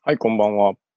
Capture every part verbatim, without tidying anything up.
はい、こんばんは。 はい、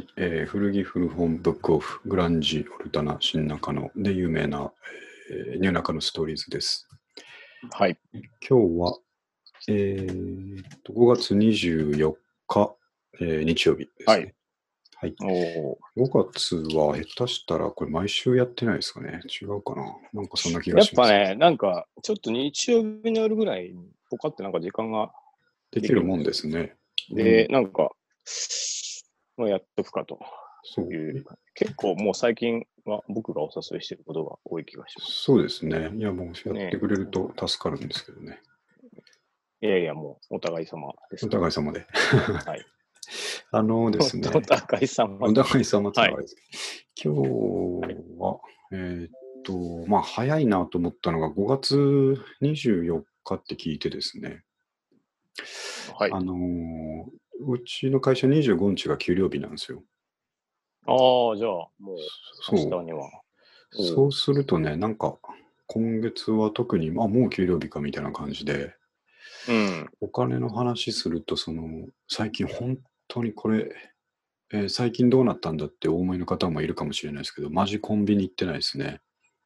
えー古着古本ブックオフ、グランジ、オルタナ、新中野で有名な、えーニューナカのストーリーズです。 はい。 今日は、えーとごがつにじゅうよっか、えー日曜日ではい。 すね。はい。 おー。 ごがつは下手したらこれ毎週やってないですかね。違うかな。なんかそんな気がします。 やっぱね、なんか、ちょっと日曜日の夜ぐらいに、ポカってなんか時間ができるもんできるんですよ。 ですね。うで、 ん。 なんか、もうやっとくかとそう。 いう。 え結構もう最近は僕がお誘いしてることが多い気がします。 そうですね。いや、もうやってねくれると助かるんですけどね。 え。いやいや、もうお互い様ですおから。 互い様で。 はい。 あのですおね。 互い様で。 お互い様ってはい。 のはあれですけど、今はい。 日は、えーっと、まあ、早いなと思ったのがごがつにじゅうよっかって聞いてですね、 はい。 あのーうちの会社にじゅうごにちが給料日なんですよ。 ああ、じゃあ、もう、明そう。 日には。おー。 そうするとね、なんか、今月は特に、まあ、もう給料日かみたいな感じで、 うん。 お金の話すると、その、最近本当にこれ、えー最近どうなったんだってお思いの方もいるかもしれないですけど、マジコンビニ行ってないですね。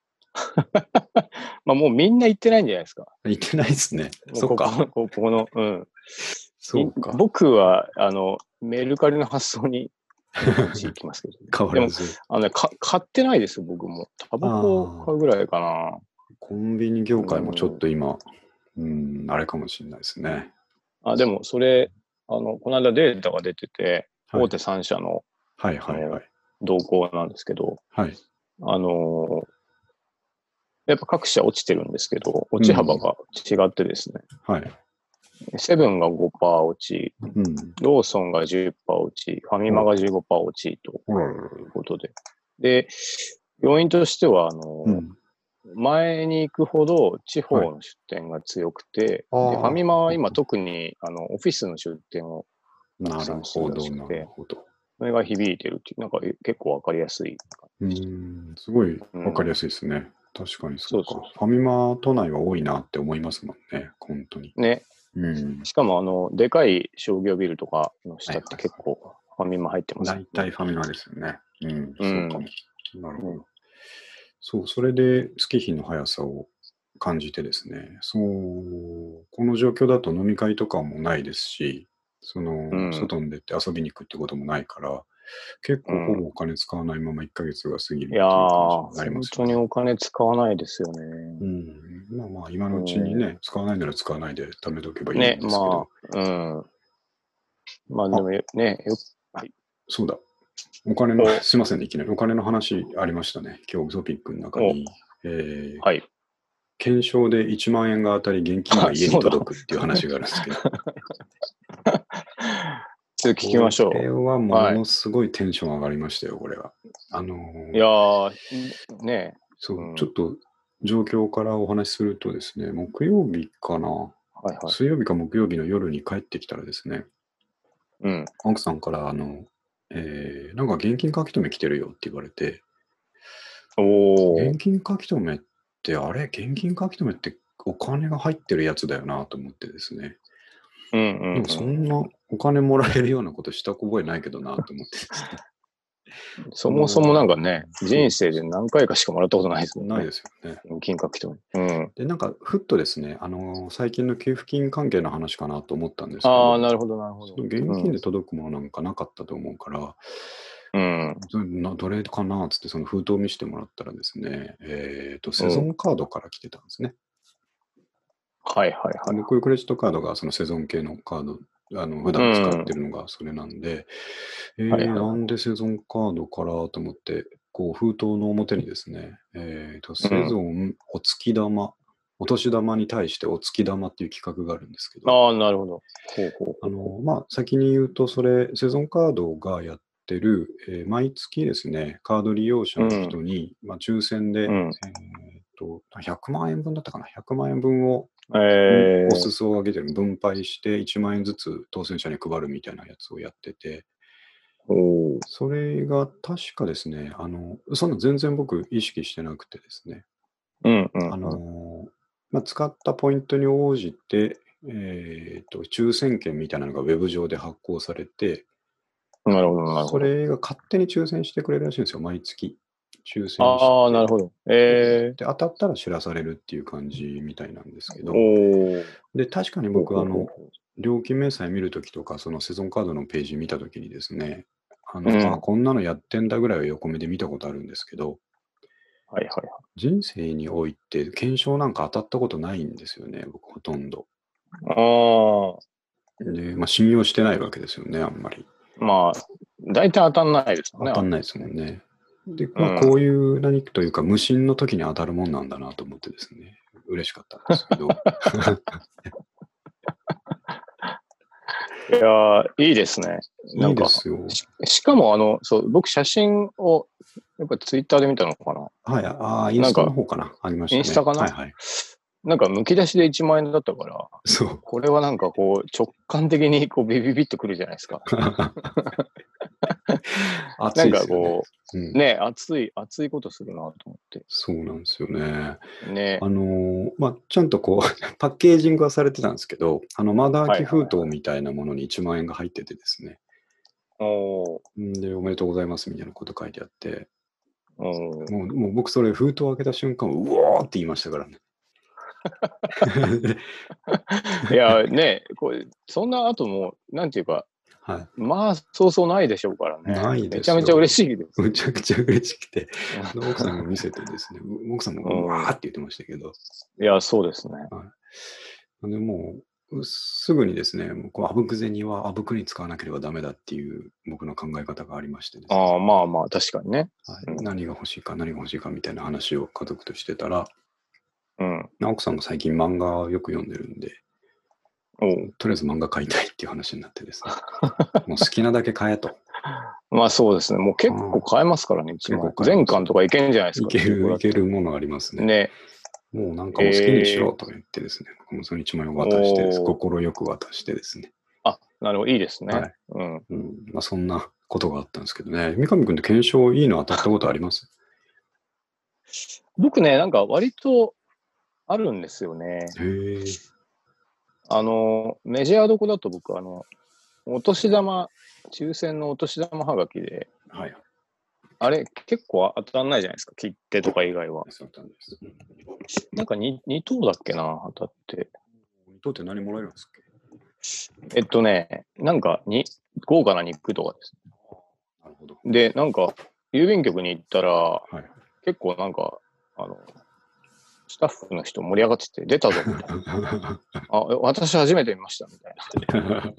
まあもうみんな行ってないんじゃないですか。 行ってないですね。 もうここ、 そっか。 ここの、うん。みそうか。 僕は、あの、メルカリの発送に毎日行きますけどね。 変わでも、 らず。 あのね、か買ってないですよ、僕も。タバコああ、 買うぐらいかな。 コンビニ業う界もちょっん。 と今、うん、あれかもしれないですね。 あ、でも、それ、あの、この間データが出てて、 はい。 大手さん社の、 はいあの、 はいはい。 動向なんですけど、 はい。 あの、やっぱ各社落ちてるんですけど、落うん。 ち幅が違ってですね、 はい。 セブンがごパーセント落ち、 うん。 ローソンがじゅっパーセント落ち、ファミほら、 マがじゅうごパーセント落ちとほらららら。 いうことで。で、要因としては、あの、 うん。 前に行くほど地はい。 方の出店が強くて、で、ファああ、 ミマは今特に、あの、オフィスの出店をたくなるさんしてるらほど、なるしくて、 ほど。 それが響いてるっていう、なんかえ結構わかりやすい感うーじでした。 ん、すごいうん。 わかりやすいですね。確かにそうか。 そうそうそファミマ都内は多いなって思いますもんね。本当に。 う。ね。 うん。 しかも、あの、でかい商業ビルとかの下ってはいはいはい。 結構ファミマ入ってます大もんね。 体ファミマですよね。うん、 うん。 そうかも。なるほね。 ど。そう、それで月日の速さを感じてですね、そう、この状況だと飲み会とかもないですし、その、 うん。 外に出て遊びに行くってこともないから、結構ほうん。 ぼお金使わないままいっかげつが過ぎるいやっていう感じー、 になりま本すよね。 当にお金使わないですよね。 うん。まあまあ、今うのうちにん。 ね、使わないなら使わないで貯めとけばいいね、 んですけど、 まあ、うん。まあであ、 もよね、よ、はい。 そうだ。お金の、 お、 すいませんね、いきなりお金の話ありましたね。今日トピックの中お、 に、えーはい。 検証でいちまん円が当たり現金があ、 家にそうだ。 届くっていう話があるんですけど、 ちょっと聞きまこしょれはう。はい。 ものすごいテンション上がりましたよ、これは。あのいやーー、ね、 そう、ちょうん。 っと状況からお話しするとですね、木曜日かな、 はいはい。 水曜日か木曜日の夜に帰ってきたらですね、 うん。 奥さんから、あの、えーなんか現金書き留め来てるよって言われて、 おー。 現金書き留めって、あれ現金書き留めってお金が入ってるやつだよなと思ってですね。 うんうんでもそんなお金もらえるようなことした覚えないけどなと思ってですね。 うん。そあのもそもなんかね、 ーそう人生で何回かしかもらったことないですもんないね。 ですよね。 現金書き留め。うん。 で、なんか、ふっとですね、あのー最近の給付金関係の話かなと思ったんですけど、 ああ、なるほど、なるほど。 その現うん。 金で届くものなんかなかったと思うから、 うん。 それなどれかなっつってその封筒を見せてもらったらですね、えっと、セゾうん。 ンカードから来てたんですね。 はいはいはい。 僕、クレジットカードがそのセゾン系のカード、あの、普う段使っん。 てるのがそれなんで、えー、 はいはい。 なんでセゾンカードからと思って、こう、封筒の表にですね、えっと、セゾうん。 ンお月玉、お年玉に対してお月玉っていう企画があるんですけど、 ああ、なるほど。ほうほうほうほあの、まあ、先に言うと、それ、セゾンカードがやってる、えー毎月ですね、カード利用者う。うのん。 人に、まあ、抽選で、 うん。 えーっと、ひゃくまん円分だったかな、ひゃくまん円分を、んおええ裾を上げてる、分配していちまん円ずつ当選者に配るみたいなやつをやってて、 ー、おー。 それが確かですね、あの、そんな全然僕意識してなくてですね、 うんうんあうん。 の、まあ、使ったポイントに応じて、えーっと、抽選券みたいなのがウェブ上で発行されて、 なるほど、なるほど。 それが勝手に抽選してくれるらしいんですよ、毎月。抽選しああ、なるて。 ほど。えで、当たったら知らされるっていう感じみたいなんですけー、 ど、 おー。 で、確かにほう僕、あの、 ほうほうほ料金明細見るときとか、そのセゾンカードのページ見たときにですね、あう。うの、あ、 ん。 こんなのやってんだぐらいは横目で見たことあるんですけど、 はいはいは人生において検証なんか当たったことないんですよね、僕ほとんど。 い。ああ、 で、まあ、信用してないわけですよね、あんまり。 まあ、大体当たんないですよね、あんま当たんないですもんね。で、まあ、 うん。 こういう何というか、無心の時に当たるもんなんだなと思ってですね、嬉しかったんですけど。 いやー、いいですね。ないいでんか、 すよ。 し、しかもあの、そう、僕写真を、やっぱツイッターで見たのかな。 はい、ああ、インスタのなんか、 方かな、ありましイたね。 ンスタかなはいはい。 なんか、むき出しでいちまん円だったから、 そう。 これはなんかこう、直感的にこう、ビビビッとくるじゃないですか。なん暑いですよね。 かこう、 うん。 ね、熱い、熱いことするなと思って。 そうなんですよね。 ね。 あの、まあ、ちゃんとこうパッケージングはされてたんですけど、あの、まだはい空き封筒はいはい。 みたいなものにいちまん円が入っててですね。 おー、 んで、おめでとうございますみたいなこと書いてあって、 おー。 もう、もう僕それ封筒を開けた瞬間、うおーって言いましたからね。 いや、ね、これ、そんな後も、なんていうか、 はまあ、そうそうないでしょうからい。なね。 いめちゃめちゃですよ。 嬉しいですよね。 むちゃくちゃ嬉しくて、で奥さんにも見せてですね、う奥さんもうわうん。 ーって言ってましたけど、 いや、そうですね。 はい。でもう、すぐにですね、もうこうあぶく銭はあぶくに使わなければダメだっていう僕の考え方がありましてですね、 ああ、まあまあ、確かにね。 はい、 うん。 何が欲しいか、何が欲しいかみたいな話を家族としてたら、 うん。 奥さんも最近漫画をよく読んでるんで、 おう。 とりあえず漫画買いたいっていう話になってですね、もう好きなだけ買えと。 まあそうですね。もう結構ああ、 買えますからね、一万円。 結構買えます。 全巻とかいけんじゃないですか、 いける、い中古だったら。 けるものがありますね。 ね。 もうなんかもう好きにしええろとか言ってですね、僕もそのいちまん円をー、 渡してです、 おー。 心よく渡してですね。 あ、なるほど、いいですね。 はい。 うん。 うん、まあそんなことがあったんですけどね。三上君って検証いいの当たったことあります？ 僕ね、なんか割とあるんですよね。 へえ。 あの、メジャーどこだと僕、あの、お年玉、抽選のお年玉はがきで、 はい。 あれ結構当たんないじゃないですか、切手とか以外は。 そうだったんです。 なんか に, に等だっけな、当たって。 に等って何もらえるんですっけ？ えっとね、なんかに、豪華な肉とかです。 なるほど。 で、なんか、郵便局に行ったら、 はいはい。 結構なんか、あの、スタッフの人盛り上がってて、出たぞ、みたいな。あ、私初めて見ました、みたいな。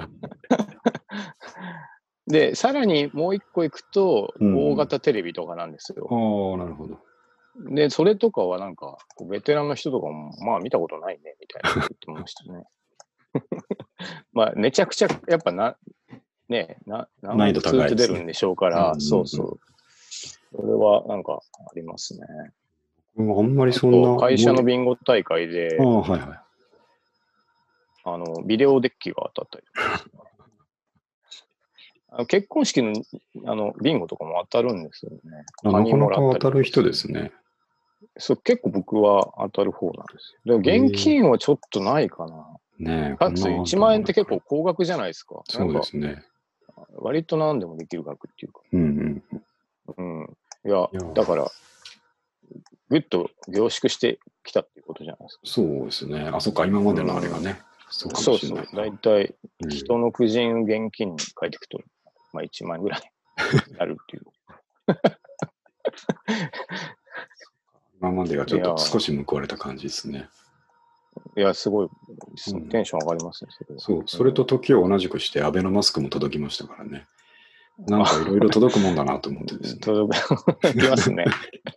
で、さらにもう一個行くと、大型テレビとかなんですよ。 ああ、なるほど。 で、それとかはなんか、こうベテランの人とかも、まあ見たことないね、みたいなこと言ってましたね。まあ、めちゃくちゃ、やっぱな、ね、な、 難易度長くずっ高いですね。 と出るんでしょうかうんうんうら、 んそうそう。それはなんかありますね。 うんあんまりあと、 そんな会社の盛り、 ビンゴ大会で、 ああ、はいはい。 あの、ビデオデッキが当たったりとかですね。あの結婚式の、あの、ビンゴとかも当たるんですよね。 あカニなかなかもらったりとか当たる人するですね。 そう、結構僕は当たる方なんですよ。でも現ええ金はちょっとないかな。 ねえ、こかつんないちまん円って結構高額じゃないですか。なそうでんか、 すね。 割と何でもできる額っていうか。 うんうん。 うん。いや、 いや、 だから、ぐっと凝縮してきたっていうことじゃないですか。 そうですね。あ、そっか、今までのあれがね。そうかそうそう。 もしれないな。 だいたいうん人のくじん現金に変えていくと、まあいちまん円ぐらいになるっていう。 今までがちょっいやと少し報われた感じですね。 いや、すごいですね、 うんテンション上がりますね、それは。 そう、それと時を同じくして、アベノマスクも届きましたからね。なんかいろいろ届くもんだなと思ってですね。 届きますね。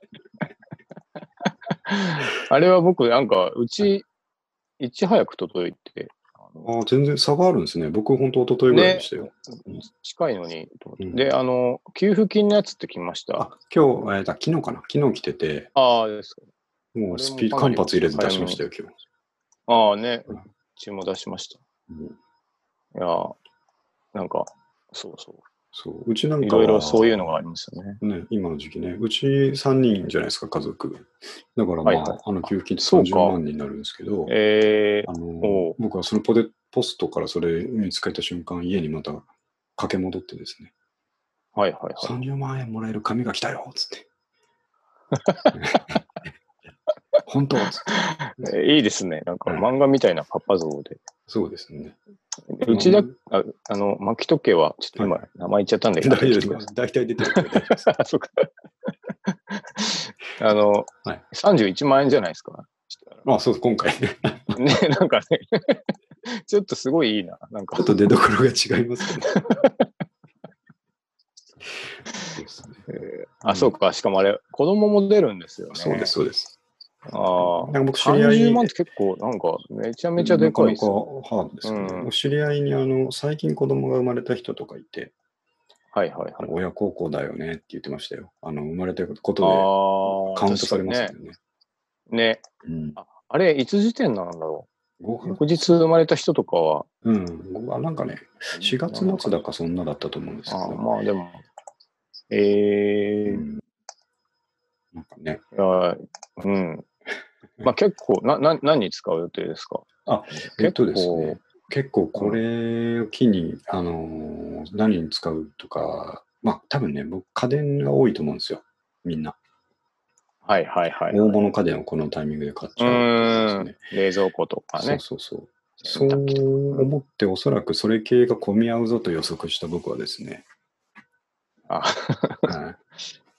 あれは僕、なんか、うち、いち早く届いて、あのああ、全然差があるんですね。僕、本当一昨日ぐらいでね、 したよ。 近いのに、 うんで、あの、給付金のやつって来ました。 あ、今日、えーだ昨日かな。昨日来てて、 ああ、ですか。 もうスピあれもかなり間髪入れず出しましたよ、今日。 ああね、うはいちも出しました。 うんいや、なんか、そうそそう、うちなう。 んかいろいろそういうのは、 がありますよね。 ね、今の時期ね、うちさんにんじゃないですか、家族。だからまあ、 はいはい。 あの給付金って30 そうか。 万になるんですけど、 えー、 あのおう僕はそのポテポストからそれ見つけた瞬間、家にまた駆け戻ってですね。 はいはいはい。 さんじゅうまん円もらえる紙が来たよつって。本当つって。いいですね。なんか漫画みたいなパパ像で。 そうですね。 うちだ、ああの、牧時計は、ちょっと今、名前言っちゃったんで、 大丈夫です。大体出てるから大丈夫です。 あ、そうか。あの、はい、さんじゅういちまん円じゃないですか。 あ、そうです、今回ね。 ね、なんかね、ちょっとすごいいいな。なんかちょっと出所が違いますけど。 そうですね。えー、あ、そうか。しかもあれ、子供も出るんですよね。 そうです、そうです。 ああ、僕知り合いにさんじゅうまんって結構、なんか、めちゃめちゃでかいですよ。なかなかハードですよね。うん、知り合いに、あの、最近子供が生まれた人とかいて、 はいはいはい。 親孝行だよねって言ってましたよ。あの、生まれたことでカウントされますよね。 ね。ね、うん、あ。あれ、いつ時点なんだろう。翌日生まれた人とかは。 うん。なんかね、しがつ末だかそんなだったと思うんですけど。 あまあでも、ええーうん、 なんかね。 いや、うん。まあ結構、な、な、何に使う予定ですか？ あ、えっとですね。結構これを機に、うん、あのー、何に使うとか、まあ多分ね、僕家電が多いと思うんですよ。みんな。 はいはいはい、はい。 大物家電をこのタイミングで買っちゃうっていうですね。 冷蔵庫とかね。 そうそうそう。そう思って、おそらくそれ系が混み合うぞと予測した僕はですね。 あ、はい。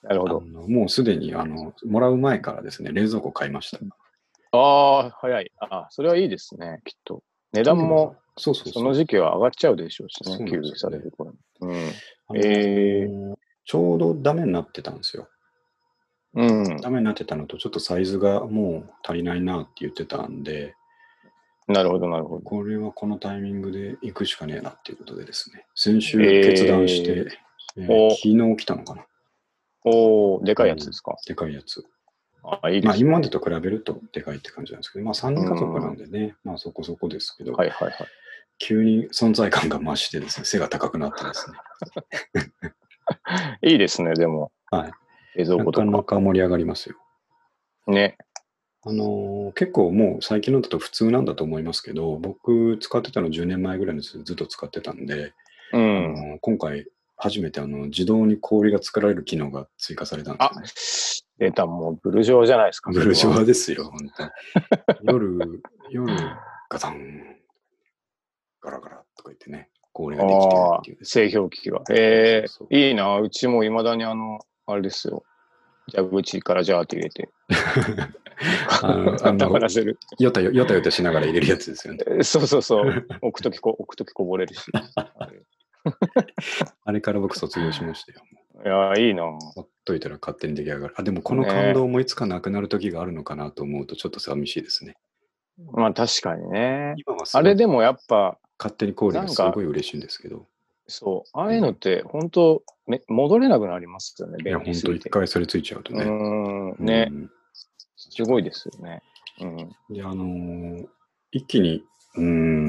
なるほど。 もうすでに、あの、もらう前からですね、冷蔵庫買いました。 ああ、早い。ああ、それはいいですね、きっと。値段も、そうそうそう、その時期は上がっちゃうでしょうしね、給油される頃に。うん。 えー、ちょうどダメになってたんですよ。うん。ダメになってたのと、ちょっとサイズがもう足りないなって言ってたんで、 なるほど、なるほど。 これはこのタイミングで行くしかねえなっていうことでですね、先週決断して、えーえー、昨日来たのかな。 おお、でかいやつですか、うん、 でかいやつ。 あ、いいですね。 まあ今までと比べるとでかいって感じなんですけど、まあさんにん家族なんでね、まあそこそこですけど、 はいはいはい。 急に存在感が増してですね、背が高くなってですね。 いいですね、でも。 はい。 冷蔵庫とか。 なかなか盛り上がりますよ。 ね。 あのー、結構もう最近のだと普通なんだと思いますけど、僕使ってたのじゅうねんまえぐらいにずっと使ってたんで、うん、あのー、今回初めてあの自動に氷が作られる機能が追加されたんですよね。あ、出た、もうブルジョワじゃないですか。 ブルジョワですよ、本当に。夜、夜、ガタン、ガラガラとか言ってね、氷ができてるっていう、ね、 製氷機が。えー、いいな、うちもいまだにあの、あれですよ。蛇口からジャーって入れて。 あの、あのよたよよたよたしながら入れるやつですよね。 そうそうそう。置くときこ、置くときこぼれるし。 あれから僕卒業しましたよ。 いや、いいな。 ほっといたら勝手に出来上がる。あ、でもこの感動もいつかなくなる時があるのかなと思うとちょっと寂しいですね。 まあ確かにね。今はあれでもやっぱ、 勝手に氷がすごい嬉しいんですけど。 そう。ああいうのって本当、ね、戻れなくなりますよね。 いや、本当一回それついちゃうとね。 うん、ね。すごいですよね。 うん。で、あのー、一気に、うん、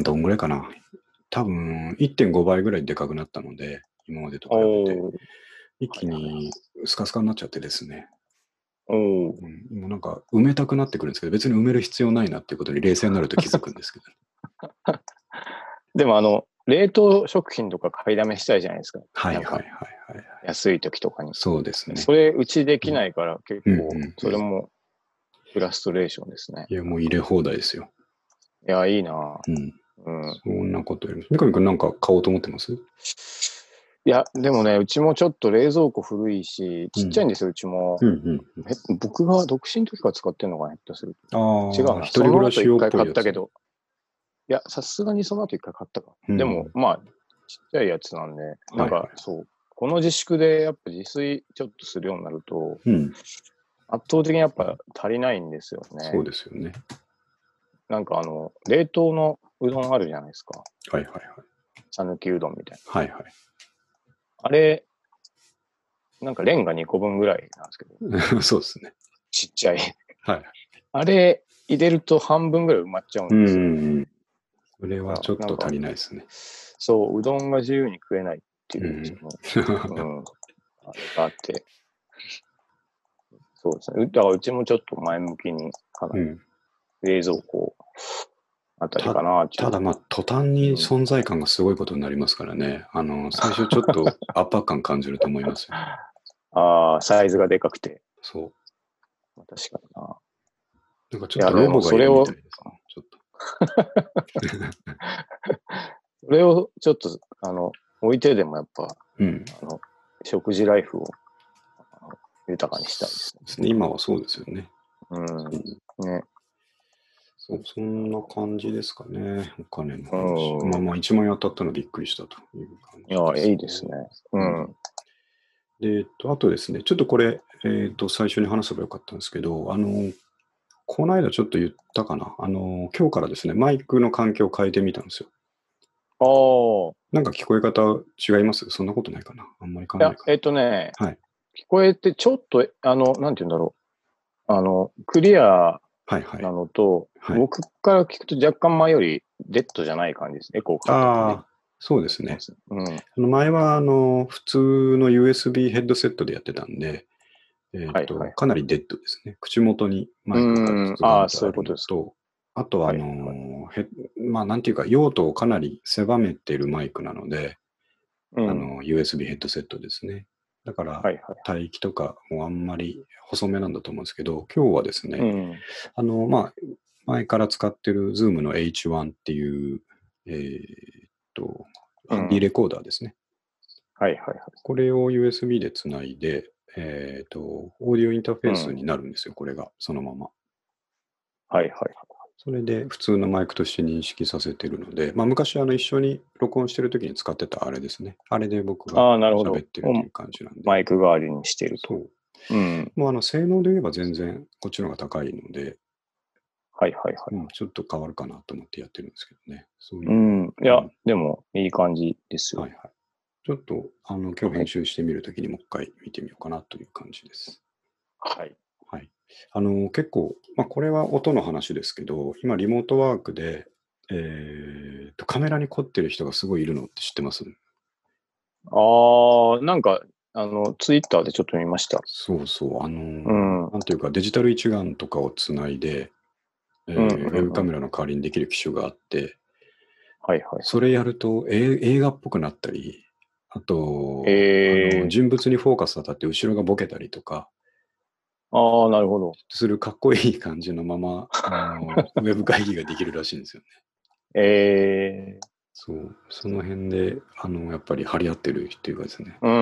どんぐらいかな。多分、いってんごばいぐらいでかくなったので、今までと比べて。一気にスカスカになっちゃってですね。おうん、もうなんか埋めたくなってくるんですけど、別に埋める必要ないなっていうことに冷静になると気づくんですけど。 でもあの、冷凍食品とか買いだめしたいじゃないですか。 はいはいはいはい。 安い時とかに。 そうですね。 それうちできないから結構、それもフラストレーションですね。 いや、もう入れ放題ですよ。 いや、いいなうん。うん。そんなことやる。三上君なんか買おうと思ってます？ いや、でもね、うちもちょっと冷蔵庫古いし、ちっちゃいんですよ、うちも。うんうん、僕が独身の時から使ってるのが下手すると。ああ。違うな。一人暮らし用っぽいやつ。その後一回買ったけど。いや、さすがにその後一回買ったか。うん、でも、まあ、ちっちゃいやつなんで、なんか、はいはい、そう。この自粛でやっぱ自炊ちょっとするようになると、うん、圧倒的にやっぱ足りないんですよね。 そうですよね。 なんかあの、冷凍のうどんあるじゃないですか。 はいはいはい。 讃岐うどんみたいな。 はいはい。 あれ、なんかレンガにこぶんぐらいなんですけど。そうですね。 ちっちゃい。 はい。 あれ入れると半分ぐらい埋まっちゃうんですよ。うんそれはちょっと足りないですね。 そう、うどんが自由に食えないっていう、その、うん、あれがあって。そうですね。だからうちもちょっと前向きに、かなり冷蔵庫をあたりかな。 た, ただまあ、途端に存在感がすごいことになりますからね。うん、あの、最初ちょっと圧迫感感じると思いますよ。 ああ、サイズがでかくて。 そう。 確かにな。 なんかちょっとロボがいるみたいですね。ちょっと。 それをちょっと、あの、置いてでもやっぱ、 うん、 あの食事ライフを豊かにしたいですね。 ですね。今はそうですよね。 うん。ね。 そう、そんな感じですかね。お金の話。まあまあ、いちまん円当たったのびっくりしたという感じです、 ね。いや、いいですね。うん。うん、 で、えっと、あとですね、ちょっとこれ、えっと、最初に話せばよかったんですけど、あの、この間ちょっと言ったかな。あの、今日からですね、マイクの環境を変えてみたんですよ。 ああ。 なんか聞こえ方違います？そんなことないかな。あんまり変わらないかな。 いや、えっとね、 はい。 聞こえて、ちょっと、あの、なんて言うんだろう。あの、クリアなのと、 はいはい、 僕から聞くと若干前よりデッドじゃない感じです。エコーかかってて、ね。 ああ、そうですね。 うん、 あの前は、あの、普通の ユーエスビー ヘッドセットでやってたんで、えーとはいはいはい、かなりデッドですね。口元にマイクがズバンとあるのと、あとは、あの、はいはい、まあ、なんていうか、用途をかなり狭めているマイクなので、うん、あの、ユーエスビー ヘッドセットですね。だから、はいはい、帯域とかもあんまり細めなんだと思うんですけど、今日はですね、うん、あの、まあ、前から使ってる Zoom の エイチワン っていう、えー、っと、ハンディレコーダーですね。 うん、はいはいはい。 これを ユーエスビー でつないで、えー、っと、オーディオインターフェースになるんですよ、うん、これが、そのまま。はいはい。それで普通のマイクとして認識させてるので、まあ、昔あの一緒に録音してるときに使ってたあれですね。あれで僕が喋ってるという感じなんで。 マイク代わりにしていると。 そう。うん、もうあの性能で言えば全然こっちの方が高いので、 はいはいはい、 うん。ちょっと変わるかなと思ってやってるんですけどね。 そういう。うん。いや、うん、でもいい感じですよ。 はいはい。ちょっとあの今日編集してみるときにもう一回見てみようかなという感じです。 はい。 はい。あの結構、まあ、これは音の話ですけど、今リモートワークで、えー、とカメラに凝ってる人がすごいいるのって知ってます？ ああ、なんか、あの、ツイッターでちょっと見ました。 そうそう、あの、うん、なんていうか、デジタル一眼とかをつないで、えーうんうんうん、ウェブカメラの代わりにできる機種があって、はいはいはい、それやると、えー、映画っぽくなったり、あと、えー、あの人物にフォーカス当たって後ろがボケたりとか、 ああ、なるほど。 するかっこいい感じのまま、あのウェブ会議ができるらしいんですよね。 えー、 そう、その辺で、あの、やっぱり張り合ってるっていうかですね。 うん。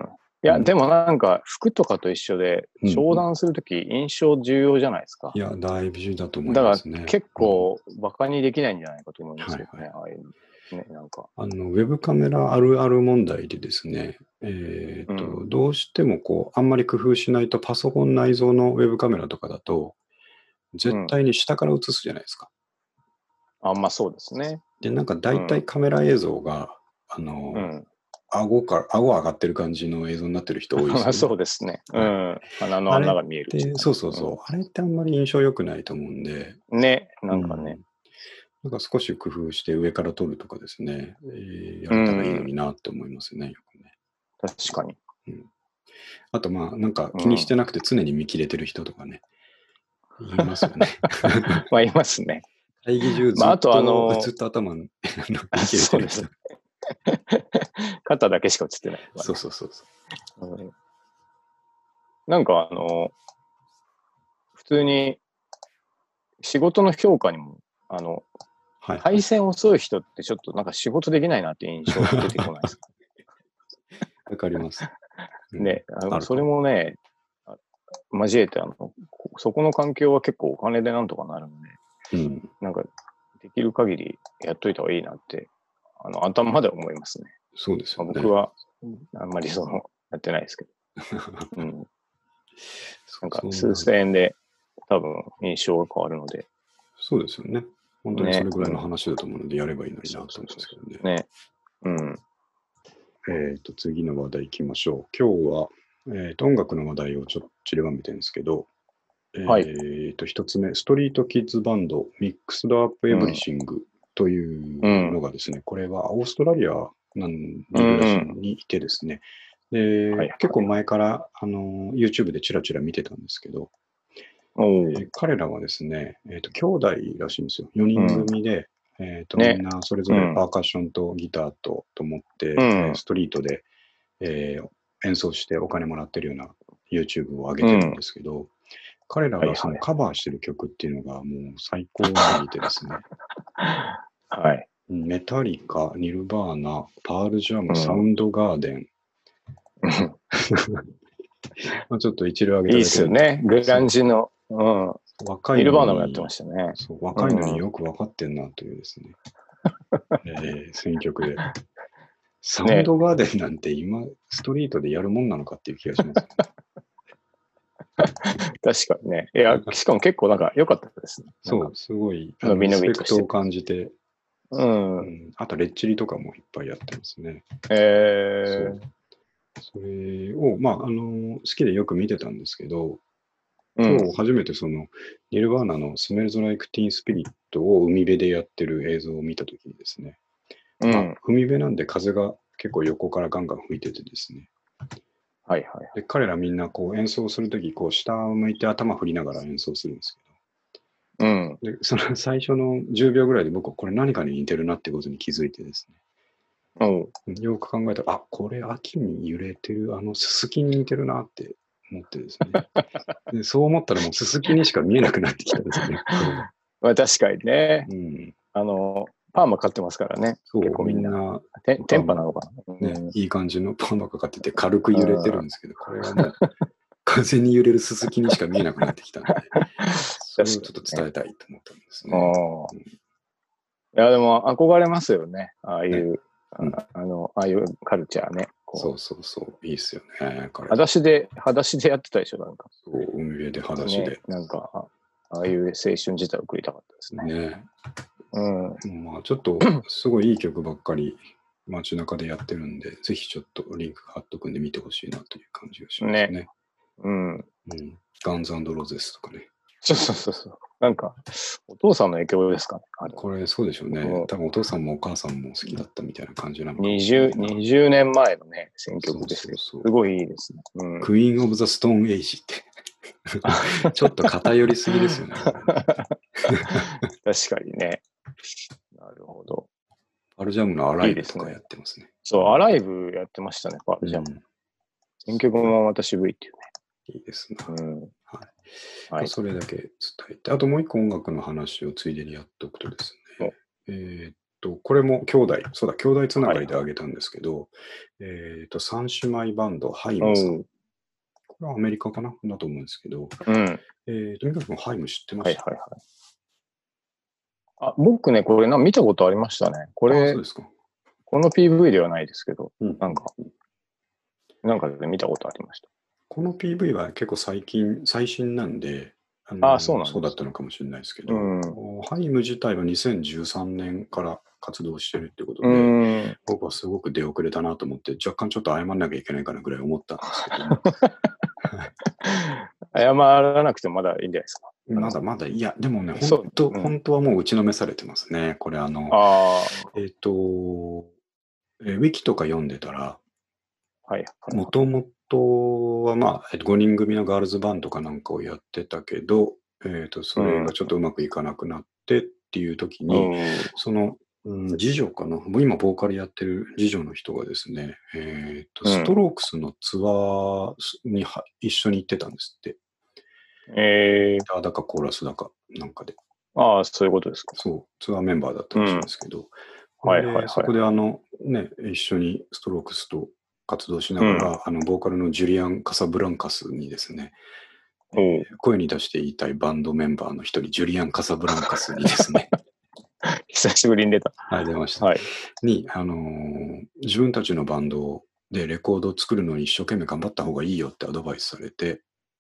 いや、うん、でもなんか、服とかと一緒で、商談するとき、印象重要じゃないですか。 いや、大事だと思いますね。 だから、結構、バカにできないんじゃないかと思いますよね。うん、はいはい、ああいうね、なんか。 あの、ウェブカメラあるある問題でですね、えっと、うん、どうしてもこう、あんまり工夫しないと、パソコン内蔵のウェブカメラとかだと、絶対に下から映すじゃないですか。 うん、あ、まあそうですね。 で、なんか大体カメラ映像が、うん、あの、うん、顎から、顎上がってる感じの映像になってる人多いですよね。 そうですね。うん。鼻の穴が見えるってそうそうそう、うん。あれってあんまり印象良くないと思うんで。 ね、なんかね。 うん、なんか少し工夫して上から撮るとかですね、えー、やれたらいいのになって思いますね、よくね。 確かに。 うん、あとまあ、なんか気にしてなくて常に見切れてる人とかね、うん、言いますよね。 まあ、いますね。 会議中ずっと、まあ、あとあのずっと頭見切れてる人。 肩だけしか映ってない、ね。 そうそうそうそう、 うん。なんかあの、普通に仕事の評価にも、あの、はいはい、配線遅い人ってちょっとなんか仕事できないなって印象出てこないですか？ わかります。 ね、あのそれもね、交えてあの、そこの環境は結構お金でなんとかなるので、うん、なんかできる限りやっといた方がいいなって、あの頭まで思いますね。 そうですよね。 まあ、僕はあんまりそのやってないですけど。うん、なんか数千円で多分印象が変わるので。 そうですよね。本当にそれぐらいの話だと思うので、やればいいのになと思うんですけどね。 ね。うん。 えっと、次の話題行きましょう。今日は、えーと、音楽の話題をちょっと散りばめてるんですけど、はい、えっと、一つ目、ストリートキッズバンド、ミックスドアップエブリシングというのがですね、うん、これはオーストラリアなんに暮らしにいてですね、で、はいはい、結構前からあの YouTube でチラチラ見てたんですけど、えー、彼らはですね、えーと、兄弟らしいんですよ。よにん組で、 えっと、ね、みんなそれぞれパーカッションとギターとと思って、うん、ストリートで、えー、演奏してお金もらってるような YouTube を上げてるんですけど、うん、彼らがそのカバーしてる曲っていうのがもう最高すぎてですね。 はい。 メタリカ、ニルバーナ、パールジャム、うん、サウンドガーデン。まあちょっと一例挙げただけいいっすよね。グランジの。うん。 若いのに。 ニルバーナもやってましたね。 そう、若いのによく分かってんなというですね。うん、えー、選曲で。サウンドガーデンなんて今、ストリートでやるもんなのかっていう気がします、ね。 確かにね。いや、しかも結構なんか良かったですね。 そう、すごい、 伸び伸びとして。 リスペクトを感じて、 うん、 うん。あと、レッチリとかもいっぱいやってますね。 えー、 そう。それを、まあ、あの、好きでよく見てたんですけど、今日初めてその、ニルバーナのスメルズ・ライク・ティーン・スピリットを海辺でやってる映像を見たときにですね、うん、まあ、海辺なんで風が結構横からガンガン吹いててですね、 はいはい。 で彼らみんなこう演奏するとき、こう下を向いて頭振りながら演奏するんですけど、うん、 でその最初のじゅうびょうぐらいで僕はこれ何かに似てるなってことに気づいてですね、うん、よく考えたら、あ、これ秋に揺れてるあのススキに似てるなって思ってですねでそう思ったらもうススキにしか見えなくなってきたんですよね。 まあ確かにね、 うん、 あのパーマかってますからね。 そう結構みんなテンパなのかな、 ね、うん、いい感じのパーマかかってて軽く揺れてるんですけど、これはもう風に揺れるススキにしか見えなくなってきたんで、それをちょっと伝えたいと思ったんですね。うん、いやでも憧れますよね。ああいう、ね、うん、あのああいうカルチャーね。 そうそうそう、いいっすよね。 裸足で、裸足でやってたでしょ、なんか。 そう、海辺で裸足で。ね、 なんか、ああいう青春自体を送りたかったですね。 ね。 うん。 まあ、ちょっと、すごいいい曲ばっかり街中でやってるんで、ぜひちょっとリンク貼っとくんで見てほしいなという感じがしますね。ね、 うん。 うん。ガンズ&ローゼスとかね。 そうそうそうそう。なんか、お父さんの影響ですかね。 あれこれそうでしょうね。多分お父さんもお母さんも好きだったみたいな感じなのかもしれないな。にじゅうねんまえのね、選曲ですけど、 そうそうそうすごいいいですね。 うん、クイーン・オブ・ザ・ストーン・エイジってちょっと偏りすぎですよね。ね確かにね。なるほど。 パルジャムのアライブとかやってますね。いいすねそう、アライブやってましたね、パルジャム。うん、選曲もまた渋いっていうね。 いいですね。 うんはいはい、それだけ伝えて、あともう一個音楽の話をついでにやっておくとですね、えー、っと、これも兄弟、そうだ、兄弟つながりであげたんですけど、はい、えー、っと、三姉妹バンド、ハイムさん。これはアメリカかなだと思うんですけど、 うん、 えー、とにかくハイム知ってました、 はいはいはい。あ、僕ね、これな見たことありましたね。これ、 そうですか。 この ピーブイ ではないですけど、うん、なんか、なんかで見たことありました。 この ピーブイ は結構最近、最新なんで、あのあそうなんそうだったのかもしれないですけど、うん、ハイム自体はにせんじゅうさんねんから活動してるってことで、うん、僕はすごく出遅れたなと思って、若干ちょっと謝んなきゃいけないかなぐらい思ったんですけども。 謝らなくてもまだいいんじゃないですか。 まだまだ、いや、でもね、本当、うん、本当はもう打ちのめされてますね。これあの、 あえっ、ー、と、えー、ウィキとか読んでたら、 はいもともとはまあ、ごにん組のガールズバンドかなんかをやってたけど、えー、とそれがちょっとうまくいかなくなってっていう時に、うん、その、うん、次女かな、今ボーカルやってる次女の人がですね、えー、とストロークスのツアーには、うん、一緒に行ってたんですって。 えー、 ギターだかコーラスだかなんかで。 ああ、そういうことですか。 そう、ツアーメンバーだったらしいんですけど、 うん、はいはいはい。 そこであの、ね、一緒にストロークスと活動しながら、うん、あのボーカルのジュリアン・カサブランカスにですね、えー、声に出して言いたいバンドメンバーの一人、ジュリアン・カサブランカスにですね、 久しぶりに出た。 はい、出ました。はい、に、あのー、自分たちのバンドでレコードを作るのに一生懸命頑張った方がいいよってアドバイスされて、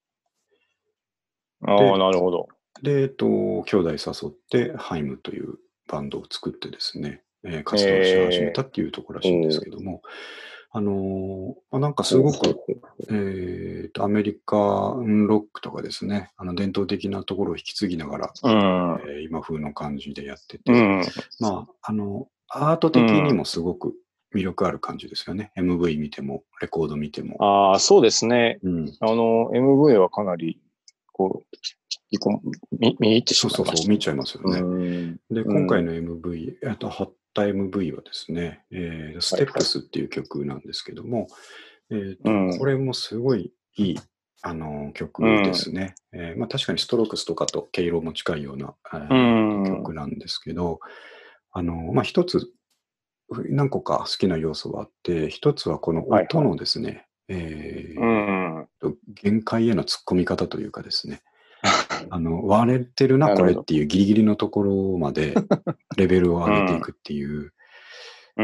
ああ、なるほど。 で、えっと、兄弟誘って、ハイムというバンドを作ってですね、えー、活動し始めたっていうところらしいんですけども、えー、あのー、なんかすごく、えー、とアメリカンロックとかですね、あの伝統的なところを引き継ぎながら、 うんえー、今風の感じでやってて、 うん、 まあ、あの、アート的にもすごく魅力ある感じですよね。うん、エムブイ 見ても、レコード見ても。 ああ、そうですね。 うん、 あの、エムブイ はかなり、こう、 一個見、見入ってしまいました。 そうそうそう、見ちゃいますよね。で、今回の エムブイ、あと貼った エムブイ はですね、えー、ステップスっていう曲なんですけども、はいはい、えーとこれもすごいいい、あの曲ですね。うんえーまあ、確かにストロークスとかと毛色も近いような、えー、曲なんですけど、あのまあ、一つ、何個か好きな要素はあって、一つはこの音のですね、はいはいえーうん、限界への突っ込み方というかですね、あの割れてるな、これっていうギリギリのところまでレベルを上げていくっていう、うん、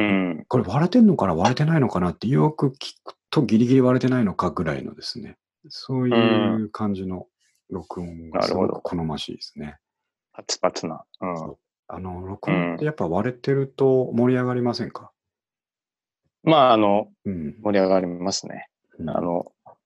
これ割れてんのかな、割れてないのかなってよく聞くとギリギリ割れてないのかぐらいのですね、そういう感じの録音がすごく好ましいですね。 パツパツな。うん、 あの録音ってやっぱ割れてると盛り上がりませんか？ まあ、あの、うん、盛り上がりますね。うん、あの、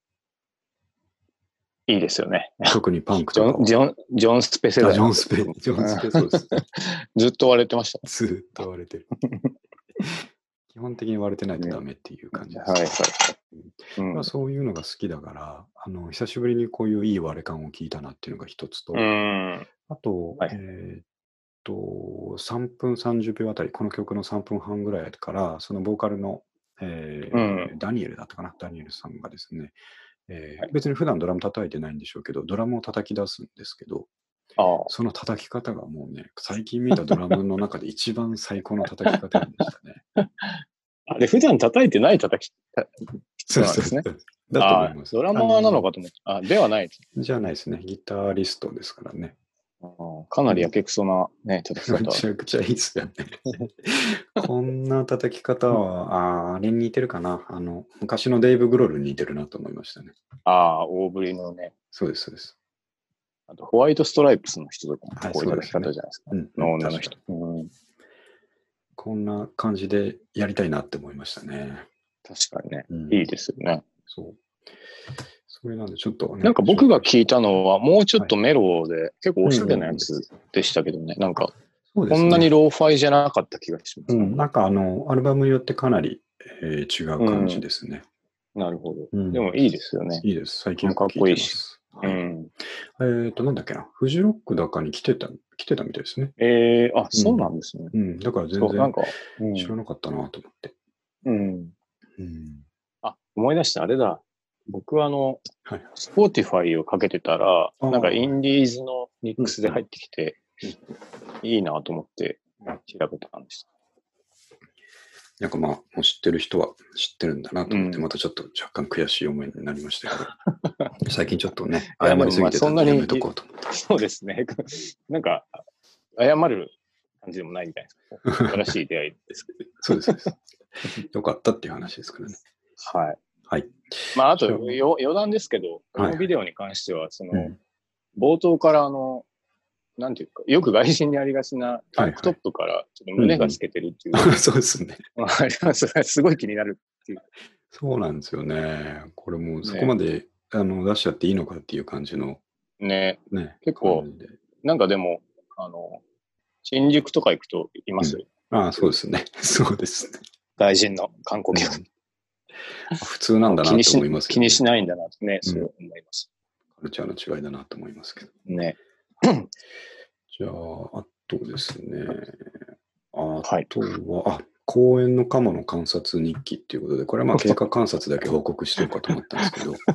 いいですよね。 特にパンクとかは。 ジョン、ジョンスペ世代。 ジョンスペ、ジョンスペ、そうです。 ずっと割れてました。 ずっと割れてる。基本的に割れてないとダメっていう感じです、ね。はいはい。うんまあ、そういうのが好きだから、あの、久しぶりにこういういい割れ感を聞いたなっていうのが一つと、うんあと、はい、えー、っと、さんぷんさんじゅうびょうあたり、この曲のさんぷんはんぐらいから、そのボーカルの、えーうん、ダニエルだったかな、ダニエルさんがですね、えーはい、別に普段ドラム叩いてないんでしょうけど、ドラムを叩き出すんですけど、あその叩き方がもうね、最近見たドラムの中で一番最高の叩き方でしたね。 あれ、普段叩いてない叩き人なんですね。 そうそうそうだと思います。 ドラマーなのかと思って。あ、ではない。 じゃないですね。ギタリストですからね。 かなりやけくそなね、叩き方。 めちゃくちゃいいっすよね。こんな叩き方は、ああれに似てるかな。あの、昔のデイブ・グロールに似てるなと思いましたね。 ああ、大振りのね。 そうです、そうです。 あと、ホワイトストライプスの人とかもこういう叩き方じゃないですか。 うんの女の人、うん。 こんな感じでやりたいなって思いましたね。 確かにね。うん、いいですよね。 そう。それなんでちょっと、ね、 なんか僕が聞いたのは、もうちょっとメロで、はい、結構おしゃれなやつでしたけどね。うん、なんか、そうですね、こんなにローファイじゃなかった気がします。 うん、なんかあの、アルバムによってかなり、えー、違う感じですね。 うん、なるほど、うん。でもいいですよね。 いいです。最近かっこいいし。 はい、うん、えっ、ー、と、なんだっけな。フジロックだかに来てた、来てたみたいですね。 ええー、あ、そうなんですね。 うん。うん、だから全然なんか、うん、知らなかったなと思って。うん。 うん、あ、思い出した、あれだ。僕はあの、 はい、 スポーティファイをかけてたら、なんかインディーズのミックスで入ってきて、うん、いいなと思って調べたんです。 なんかまあ、もう知ってる人は知ってるんだなと思って、うん、またちょっと若干悔しい思いになりましたけど、最近ちょっとね、謝りすぎてたんでやめとこうと思って。 そうですね。なんか、謝る感じでもないみたいです。新しい出会いですけど。 そうです。よかったっていう話ですからね。 はい。 はい。 まあ、あと、よ余談ですけど、このビデオに関しては、その、はい、冒頭からあの、なんていうか、よく外人にありがちなタンクトップからちょっと胸が透けてるっていう。 はいはい、そうですね。 あります。すごい気になるっていう。 そうなんですよね。これもうそこまで、ね、あの出しちゃっていいのかっていう感じの。 ね。ね結構、なんかでも、あの、新宿とか行くといますよ。 うん、ああ、そうですね。そうですね。 外人の観光客。 うん、普通なんだなと思いますけど、 ね、気にしないんだなとね、そう思います。 カルチャーの違いだなと思いますけど。 ね。 じゃあ、あとですね。あとは、はい、あ、公園のカモの観察日記っていうことで、これはまあ経過観察だけ報告しておこうかと思ったんですけど。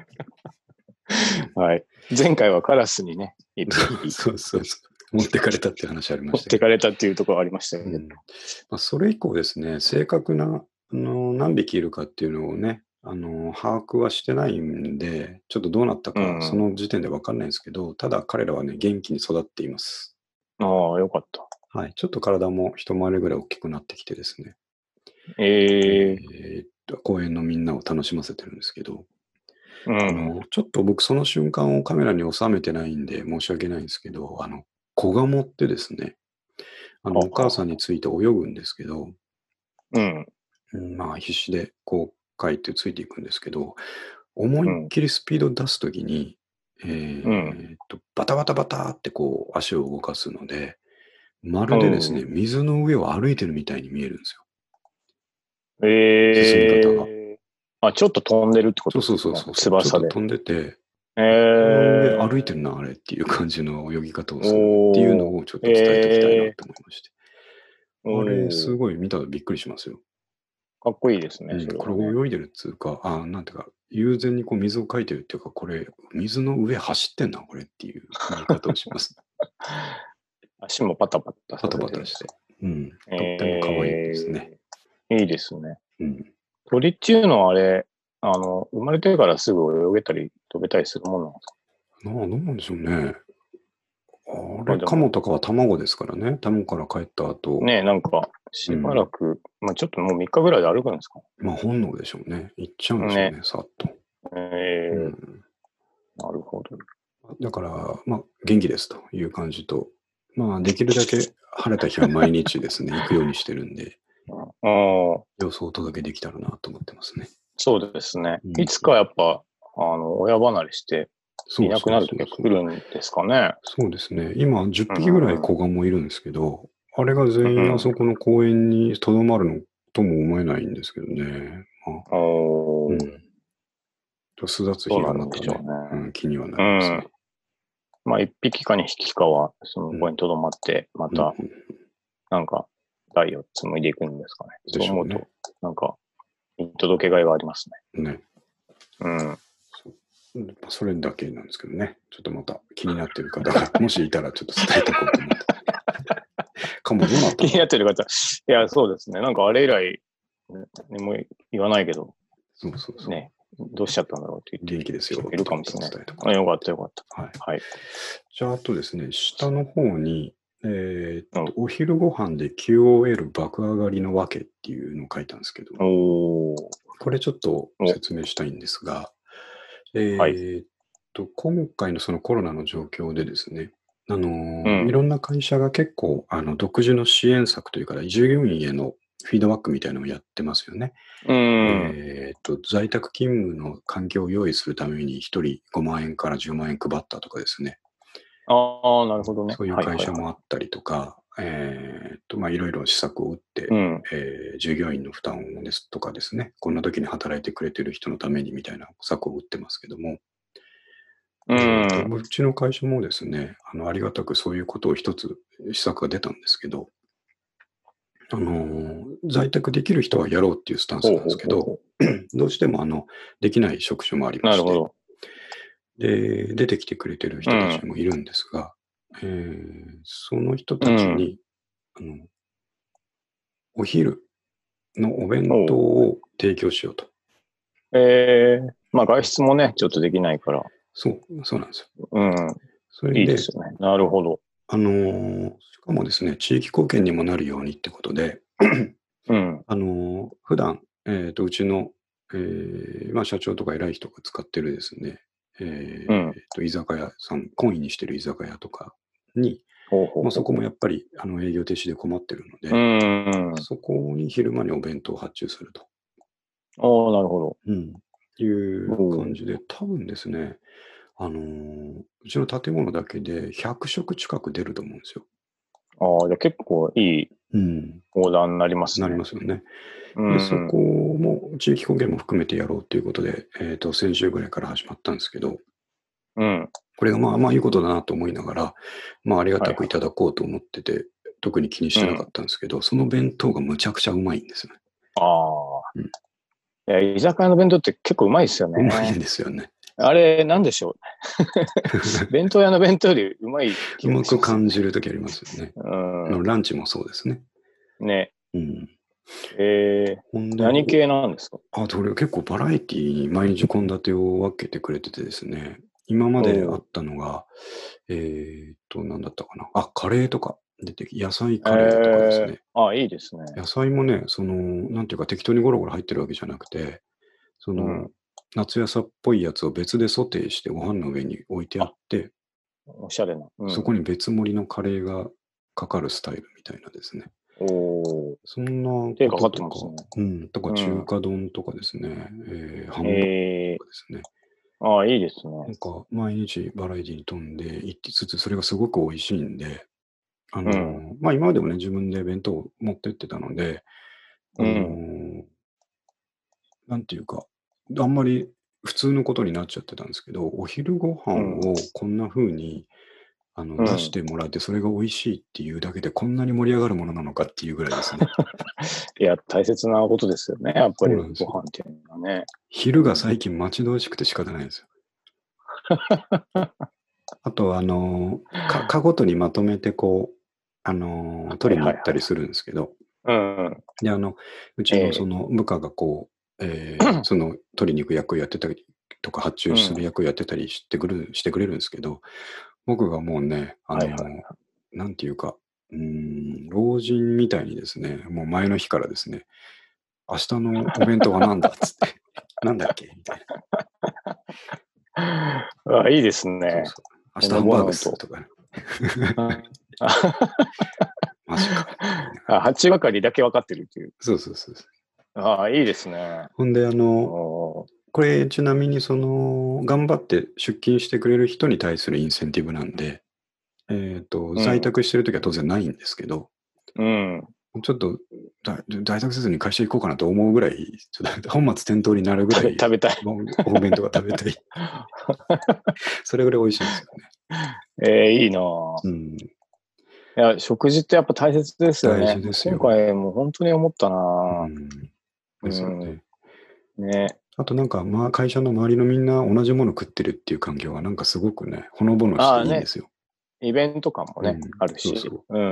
はい。前回はカラスにね、 そうそうそう。持ってかれたっていう話ありました。 持ってかれたっていうところありましたよね。うんまあ、それ以降ですね、正確なあの何匹いるかっていうのをね、あの把握はしてないんで、ちょっとどうなったか、その時点で分かんないんですけど、うん、ただ彼らはね、元気に育っています。 ああ、よかった。 はい。ちょっと体も一回りぐらい大きくなってきてですね。 えー、 えー、っと、公園のみんなを楽しませてるんですけど、うん、あのちょっと僕その瞬間をカメラに収めてないんで申し訳ないんですけど、あの、子ガモってですね、あの、お母さんについて泳ぐんですけど、 うん。 まあ、必死でこう、書いてついていくんですけど、思いっきりスピードを出すときに、うん、えー、っと、バタバタバタってこう、足を動かすので、まるでですね、水の上を歩いてるみたいに見えるんですよ。 えー、 進み方が。 あ、ちょっと飛んでるってことですね。そうそうそうそう。 翼で。 ちょっと飛んでて、 えー、 上歩いてるな、あれっていう感じの泳ぎ方をするっていうのをちょっと伝えておきたいなと思いまして。えー、あれ、すごい見たらびっくりしますよ。 かっこいいですね、 うん、 それは、 ね。これ泳いでるっつうか、あなんていうか、悠然にこう水をかいてるっていうか、これ、水の上走ってんな、これっていう見え方をします。 足もパタパタパタパタして。うん。とっても可愛いですね。 えー、いいですね。 うん。 鳥っていうのはあれ、あの、生まれてからすぐ泳げたり飛べたりするものなんですか？ ああ、どうなんでしょうね。あれ、カモとかは卵ですからね。卵から帰った後。 ねえ、なんか、しばらく、うん、まあちょっともうみっかぐらいで歩くんですか？ まあ本能でしょうね。行っちゃうんでしょうね、ねさっと。 えー、うん、なるほど。 だから、まあ、元気ですという感じと、まあ、できるだけ晴れた日は毎日ですね、行くようにしてるんで、 ああ、 様子をお届けできたらなと思ってますね。 そうですね。うん、いつかやっぱ、あの、親離れして、いなくなるときは来るんですかね。 そうですね。今、じゅっぴきぐらい子ガモいるんですけど、あれが全員あそこの公園にとどまるのとも思えないんですけどね。まあ、うん。巣立つ日がまたね、うん、気にはなりますね。 まあ、いっぴきかにひきかは、その子にとどまって、また、なんか、代を紡いでいくんですかね。そう思うと、なんか、見届けがいがありますね。 ね。うん。それだけなんですけどね。ちょっとまた気になってる方が、もしいたらちょっと伝えておこうと思って。かもどうなったの？ 気になってる方。いや、そうですね。なんかあれ以来、何も言わないけど、 そうそうそう。 ね、どうしちゃったんだろうって言って元気ですよ。 いるかもしれない。あ、よかったよかった。 はい。 はい。 じゃあ、あとですね、下の方に、えー、っと、うん、お昼ご飯で キューオーエル 爆上がりのわけっていうのを書いたんですけど、 おこれちょっと説明したいんですが、えー、っと、はい、今回のそのコロナの状況でですね、あのーうん、いろんな会社が結構あの独自の支援策というか、従業員へのフィードバックみたいなのをやってますよね。 うん、 えっと、在宅勤務の環境を用意するためにひとりごまんえんからじゅうまんえん配ったとかですね。 ああ、なるほどね。 そういう会社もあったりとか、えっと、まあ、いろいろ施策を打って、うん、えー、従業員の負担をですとかですね、こんな時に働いてくれてる人のためにみたいな策を打ってますけども、うん、えー、とうちの会社もですね、あの、ありがたくそういうことを一つ施策が出たんですけど、あのー、在宅できる人はやろうっていうスタンスなんですけど、どうしてもあの、できない職種もありまして、で、出てきてくれてる人たちもいるんですが、うん、えー、その人たちに、うん、あの、お昼のお弁当を提供しようと。 えー、まあ外出もね、ちょっとできないから。 そう、そうなんですよ。うん。それでいいですよね。なるほど。 あのー、しかもですね、地域貢献にもなるようにってことで、うん、あのー、普段、えっと、うちの、えー、まあ、社長とか偉い人が使ってるですね、えー、うん、と居酒屋さん、懇意にしてる居酒屋とかに、ほうほうほう、まあ、そこもやっぱりあの営業停止で困ってるので、うん、そこに昼間にお弁当を発注すると。 ああ、なるほど。 うん。いう感じで、多分ですね、あのー、うちの建物だけでひゃくしょく近く出ると思うんですよ。 ああ、じゃあ結構いいオーダーになりますね。なりますよね。で、そこも地域貢献も含めてやろうということで、えっと、先週ぐらいから始まったんですけど、うん。これがまあまあいいことだなと思いながら、まあありがたくいただこうと思ってて、はいはい、特に気にしてなかったんですけど、うん、その弁当がむちゃくちゃうまいんですよね。 ああ。うん、いや、居酒屋の弁当って結構うまいですよね。 うまいんですよね。 あれ、なんでしょう。弁当屋の弁当よりうまい、ね、 うまく感じるときありますよね。うん。ランチもそうですね。 ね。うん。えー、何系なんですか？ あ、それ結構バラエティに毎日献立を分けてくれててですね、今まであったのが、えー、っと、なんだったかな。あ、カレーとか出てき、野菜カレーとかですね。 えー、あ、いいですね。 野菜もね、その、なんていうか適当にゴロゴロ入ってるわけじゃなくて、その、うん、夏野菜っぽいやつを別でソテーしてご飯の上に置いてあって、 おしゃれな、 うん。そこに別盛りのカレーがかかるスタイルみたいなですね。おそんなこととか、ね、うん、とか中華丼とかですね、うん、えー、ハンバーグとかですね。 えー、ああ、いいですね。 なんか毎日バラエティに富んでいきつつ、それがすごく美味しいんで、あのー、うん、まあ今までもね、自分で弁当を持ってってたので、あのー、うん、なんていうか、あんまり普通のことになっちゃってたんですけど、お昼ご飯をこんな風に、うん、あの出してもらって、それが美味しいっていうだけでこんなに盛り上がるものなのかっていうぐらいですね。 いや、大切なことですよね、やっぱりご飯っていうのはね。 昼が最近待ち遠しくて仕方ないんですよ。あと、あの、か、かごとにまとめてこう、あの、取りに行ったりするんですけど、で、あの、うちのその部下がこう、えー、その取りに行く役をやってたりとか、発注する役をやってたりしてくる、してくれるんですけど、僕がもうね、あの、なんていうか、うん、老人みたいにですね、もう前の日からですね、明日のお弁当は何だっつって、なんだっけみたいな。あ、いいですね。 そうそう、明日ハンバーグすとかね。マジか。 あ、発注係だけ分かってるっていう。 そうそうそう。 ああ、いいですね。 ほんで、あの、これちなみにその、頑張って出勤してくれる人に対するインセンティブなんで、えっと、在宅してるときは当然ないんですけど、 うん。 ちょっと在宅せずに会社行こうかなと思うぐらい、ちょっと本末転倒になるぐらい、 食べたい。 お弁当が食べたい。それぐらい美味しいんですよね。 えー、いいなぁ。うん。いや、食事ってやっぱ大切ですよね。大事ですよ。今回も本当に思ったなぁ。うん。 ですよね。 ね。 あとなんか、まあ、会社の周りのみんな同じもの食ってるっていう環境がなんかすごくね、ほのぼのしていいんですよ。 イベント感もね、あるし。 そうそう。うん。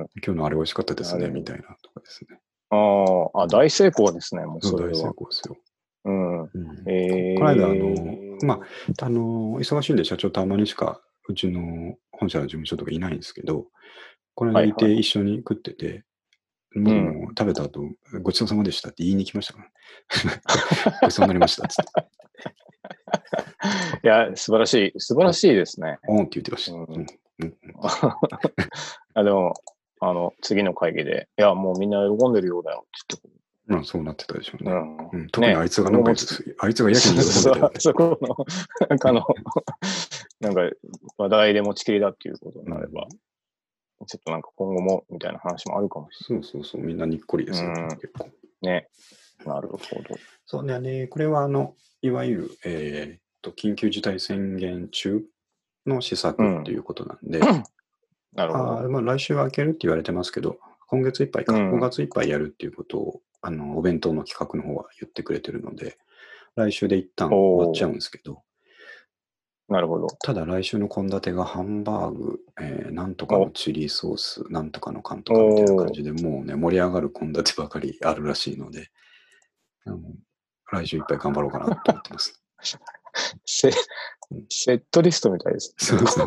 今日のあれ美味しかったですね、みたいなとかですね。 ああ、大成功ですね、もうそれは。 大成功ですよ。 うん。ええこの間、あの、まあ、あの、忙しいんで社長たまにしか、うちの本社の事務所とかいないんですけど、この間いて一緒に食ってて、僕も食べた後、ごちそうさまでしたって言いに来ましたから。ごちそうになりましたっつって。 いや、素晴らしい、素晴らしいですね。 おんって言ってました。うんうんうん、 あでも、あの、次の会議で、いや、もうみんな喜んでるようだよって言って。 まあ、そうなってたでしょうね。うん、特にあいつがなんか、ね、あいつがやけに喜んでたよ、ね。 そこの、なんかあの、なんか話題で持ちきりだっていうことになれば、うん、ちょっとなんか今後もみたいな話もあるかもしれない。 そうそうそう、みんなにっこりですよ、うん、結構。 ね。なるほど。 そうだね、これはあの、いわゆる、えー、と緊急事態宣言中の施策っていうことなんで、うん、なるほど。あまあ、来週は開けるって言われてますけど、今月いっぱいか、うん、ごがついっぱいやるっていうことを、あの、お弁当の企画の方は言ってくれてるので、来週で一旦終わっちゃうんですけど、 なるほど。 ただ来週の献立がハンバーグ、えー、なんとかのチリソース、なんとかのかんとかみたいな感じで、もうね、盛り上がる献立ばかりあるらしいので、あの来週いっぱい頑張ろうかなと思ってます。 セ, セットリストみたいです。 そうそう。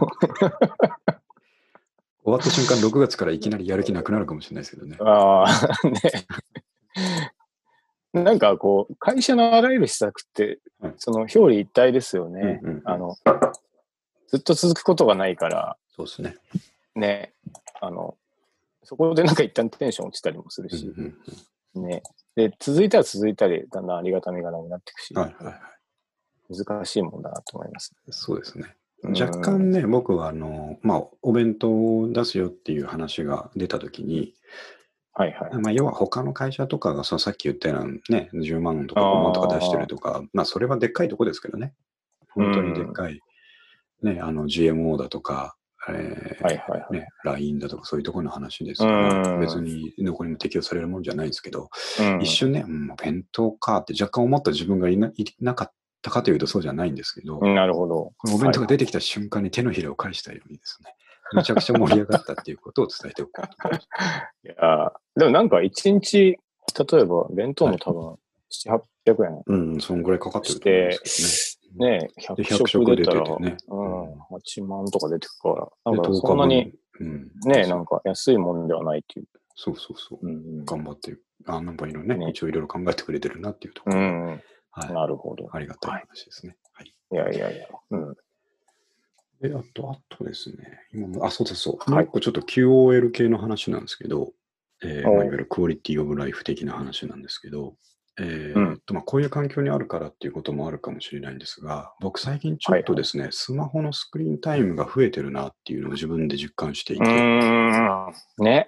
終わった瞬間、ろくがつからいきなりやる気なくなるかもしれないですけどね。 ああ、ね。なんかこう、会社のあらゆる施策って、はい、その表裏一体ですよね。うんうんうん、あの、ずっと続くことがないから。 そうですね。 ね。あの、そこでなんか一旦テンション落ちたりもするし。うんうんうん、ね。で、続いたら続いたり、だんだんありがたみがなくなっていくし。はいはいはい。難しいもんだなと思います。 そうですね。若干ね、僕はあの、まあ、お弁当を出すよっていう話が出たときに、 はいはい。 まあ、要は他の会社とかがそのさっき言ったようなね、じゅうまんとかごまんとか出してるとか、まあそれはでっかいとこですけどね。本当にでっかい、ね、あの ジーエムオー だとか、えーはいはいはいね、ライン だとかそういうところの話ですから、別にどこにも適用されるものじゃないですけど、一瞬ね、うん、弁当かって若干思った自分がい な, いなかったかというとそうじゃないんですけど、 なるほど。 お弁当が出てきた瞬間に手のひらを返したようにですね、めちゃくちゃ盛り上がったっていうことを伝えておこうと思いました。 いやでもなんか一日、例えば弁当も多分ななひゃく、はっぴゃくえん。 うん、そんぐらいかかってると思うんですけどね。 ね、ひゃくしょく出たら、ね、うん、はちまんとか出てくから、なんかそんなに、うん、ね、なんか安いもんではないっていう。 そうそうそう。うん、頑張って、あ、なんかいろいろね、一応いろいろ考えてくれてるなっていうところ、うんはい、なるほど。 ありがたい話ですね。はい。 いやいやいや。うん。 で、あと、あとですね、今あ、そうそうそう。もう一個ちょっと キューオーエル 系の話なんですけど、えーまあ、いわゆるクオリティオブライフ的な話なんですけど、えーうんとまあ、こういう環境にあるからっていうこともあるかもしれないんですが、僕最近ちょっとですね、はいはい、スマホのスクリーンタイムが増えてるなっていうのを自分で実感していて。 うーんね。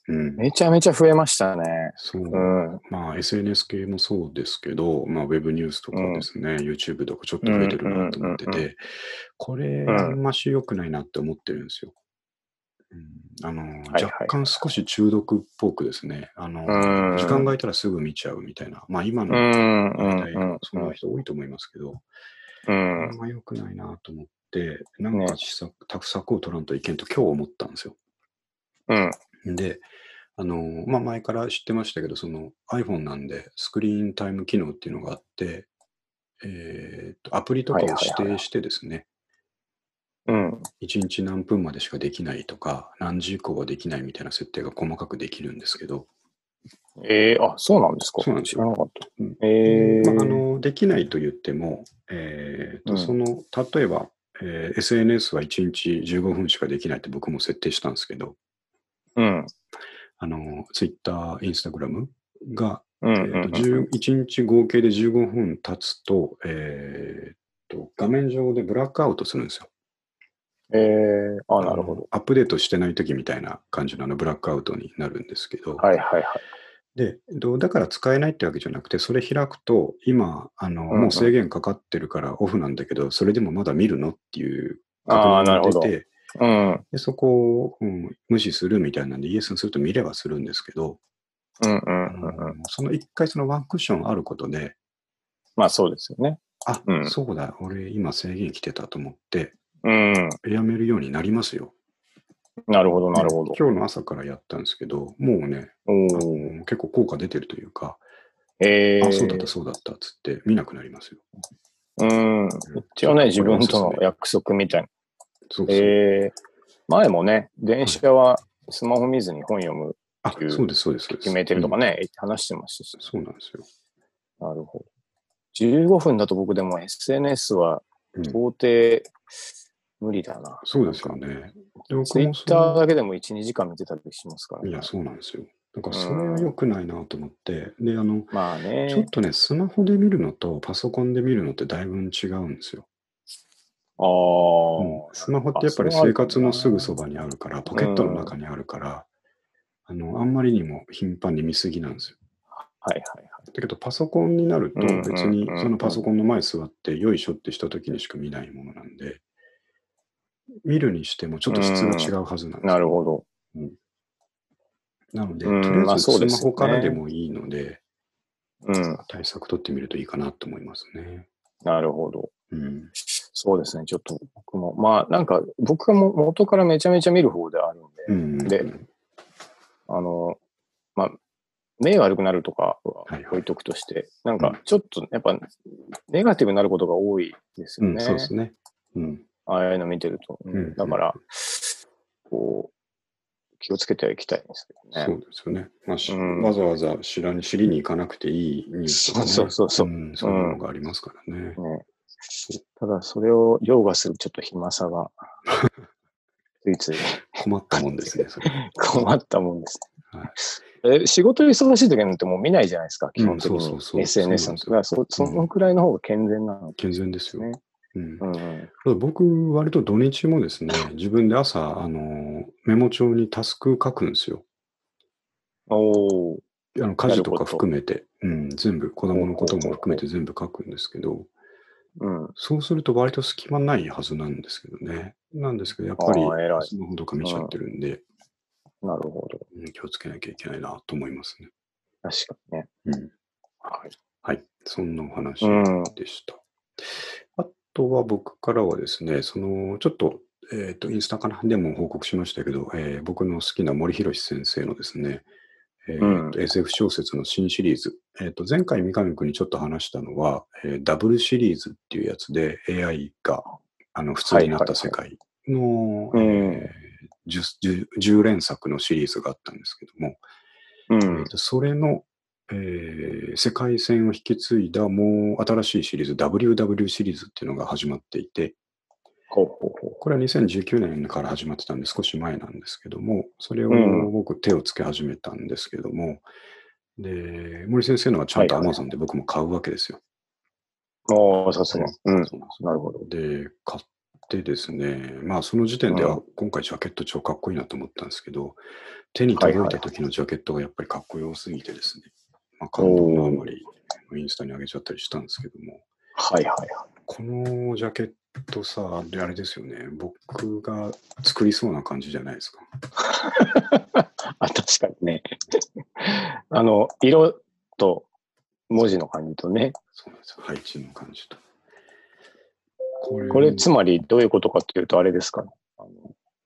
うん、 めちゃめちゃ増えましたね。 そう。うん、まあ エスエヌエス 系もそうですけど、まあ Web ニュースとかですね、うん、YouTube とかちょっと増えてるなと思ってて、これあんまし良くないなって思ってるんですよ。うん、あの、若干少し中毒っぽくですね、あの、時間が空いたらすぐ見ちゃうみたいな、まあ今の大体そんな人多いと思いますけど、あんま良くないなと思って、なんか施策、たく策を取らんといけんと今日思ったんですよ。うん、で、あの、まあ前から知ってましたけど、その iPhone なんでスクリーンタイム機能っていうのがあって、えっと、アプリとかを指定してですね、うん、いちにち何分までしかできないとか、何時以降はできないみたいな設定が細かくできるんですけど。 ええー、あ、そうなんですか。 そうなんですよ。 知らなかった。 うん、えー、まあ、あの、できないと言っても、えーと、うん、その、例えば、えー、エスエヌエス はいちにちじゅうごふんしかできないって僕も設定したんですけど、うん。あの、Twitter、Instagram が、えーと、いちにち合計でじゅうごふん経つと、えーと、画面上でブラックアウトするんですよ。 ええー、あ、なるほど。 アップデートしてない時みたいな感じのあのブラックアウトになるんですけど、 はいはいはい。 で、だから使えないってわけじゃなくて、それ開くと、今、あの、うんうん、もう制限かかってるからオフなんだけど、それでもまだ見るのっていう確認が出て、うん、でそこを、うん、無視するみたいなんで、イエスにすると見ればするんですけど、うんうんうんうん、その一回そのワンクッションあることで、 まあそうですよね。 あ、うん、そうだ、俺今制限来てたと思って、うん、やめるようになりますよ。 なるほど、なるほど。 今日の朝からやったんですけど、もうね、あの結構効果出てるというか、 えー、 あ、そうだった、そうだったっつって見なくなりますよ。 うん。一応ね、自分との約束みたいな。そうそう。えー、前もね、電車はスマホ見ずに本読むっていう、 そうです、そうです。 決めてるとかね、うん、話してましたし。 そうなんですよ。 なるほど。じゅうごふんだと僕でも エスエヌエス は到底無理だな。うん、 そうですよね。 ツイッターだけでもいち、にじかん見てたりしますからね。いや、そうなんですよ。なんかそれは良くないなと思って、うん、で、あの、まあね、ちょっとね、スマホで見るのとパソコンで見るのってだいぶ違うんですよ。ああ、うん、スマホってやっぱり生活のすぐそばにあるから、ポケットの中にあるから、うん、あの、あんまりにも頻繁に見すぎなんですよ。はいはいはい。だけどパソコンになると別にそのパソコンの前座ってよいしょってした時にしか見ないものなんで、見るにしてもちょっと質が違うはずなんですよ。 なるほど。 うん、なので、とりあえずスマホからでもいいので、うん、対策取ってみるといいかなと思いますね。 なるほど。うん、そうですね。ちょっと僕も、まあなんか僕がも元からめちゃめちゃ見る方であるんで、うんうんうん、で、あの、まあ、目悪くなるとかは置いとくとして、はいはい、なんかちょっとやっぱネガティブになることが多いですよね。うん、そうですね。うん、ああいうの見てると。うん、だから、こう、気をつけてはいきたいんですけどね。 そうですよね。まあ、うん、わざわざ知らに知りに行かなくていいニュースとかね。そうそうそう。うん、そういうのがありますからね。うん、ね、 ただ、それを凌駕するちょっと暇さが、ついつい。 困ったもんですね、それ。 困ったもんですね。はい、え仕事忙しい時なんてもう見ないじゃないですか、基本的に。うん、そうそうそう エスエヌエス なんて。だからそそのくらいの方が健全なの、ね、 健全ですよ。うんうんうん、僕、割と土日もですね、自分で朝、あの、メモ帳にタスク書くんですよ。おあの家事とか含めて、うん、全部、子供のことも含めて全部書くんですけど、うん、そうすると割と隙間ないはずなんですけどね。なんですけど、やっぱりスマホとか見ちゃってるんで、 うん、なるほど、 うん。気をつけなきゃいけないなと思いますね。 確かにね。 うん。はい。はい。そんなお話でした。うん、あとは僕からはですね、その、ちょっと、えっと、インスタかなでも報告しましたけど、えー、僕の好きな森博先生のですね、えーとうん、エスエフ 小説の新シリーズ。えーと前回三上君にちょっと話したのは、えー、ダブルシリーズっていうやつで エーアイ があの普通になった世界のじゅう連作のシリーズがあったんですけども、うんえー、とそれの、えー、世界線を引き継いだもう新しいシリーズ ダブリューダブリュー シリーズっていうのが始まっていて、ほうほうほうこれはにせんじゅうきゅうねんから始まってたんで少し前なんですけども、それを僕手をつけ始めたんですけども、うん、で、森先生のはちゃんと Amazon で僕も買うわけですよ。 ああ、さすが。うん。なるほど。 で、買ってですね、まあその時点では今回ジャケット超かっこいいなと思ったんですけど、 手に届いた時のジャケットがやっぱりかっこよすぎてですね。まあ、感動のあまりインスタに上げちゃったりしたんですけども。 はいはいはい。 このジャケットさ、であれですよね。僕が作りそうな感じじゃないですか。 あ、確かにね。あの、色と文字の感じとね。 そうなんですよ。配置の感じと。 これ、これつまりどういうことかっていうと、あれですかね。あの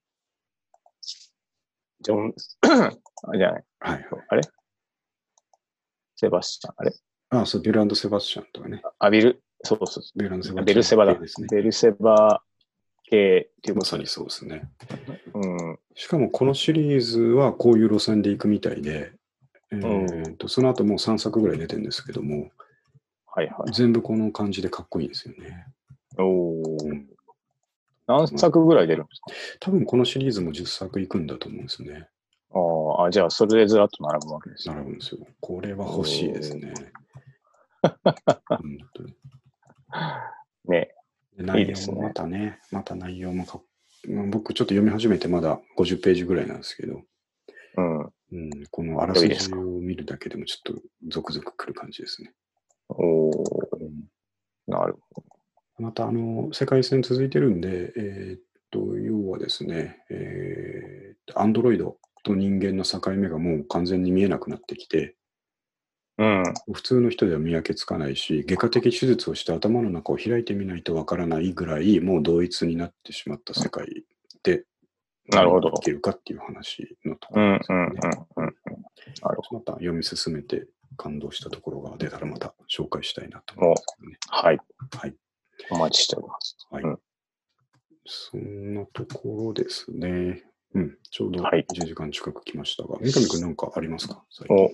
ジョン、あれじゃない。 はい、はい。 あれセバスチャン、あれああ、そう、ビル&セバスチャンとかね。 あ、ビル、そうそうそう。 ビル&セバスチャン。 ベルセバだ。 ですね、 ベルセバ系っていうことまさにそうですね。 うん。 しかもこのシリーズはこういう路線で行くみたいで、えーと、うん、その後もうさんさくぐらい出てるんですけども、 はいはい、 全部この感じでかっこいいですよね。 おお、うん、何作ぐらい出るんですか？ 多分このシリーズもじゅっさくいくんだと思うんですね。 ああ、じゃあそれでずらっと並ぶわけですね。並ぶんですよ。これは欲しいですね。本当に。 ね内容もまたね、また内容もか僕ちょっと読み始めてまだごじゅっページぐらいなんですけど、 うんうん、このあらすじを見るだけでもちょっとゾクゾクくる感じですね。 おお、うん、なるほど。 またあの世界戦続いてるんで、えー、っと要はですね、えー、アンドロイドと人間の境目がもう完全に見えなくなってきて、 うん、 普通の人では見分けつかないし、外科的手術をして頭の中を開いてみないとわからないぐらい、もう同一になってしまった世界で、 なるほど。 いけるかっていう話のところですね。うんうんうんうん。また読み進めて感動したところが出たらまた紹介したいなと思いますけどね。 はい。 はい。 お待ちしております。 はい。うん、そんなところですね。うん。ちょうどいちじかん近く来ましたが、三上君何かありますか？最近。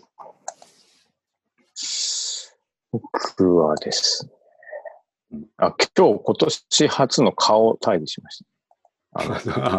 僕はですね、うん、あ、今日今年初の顔退治しました。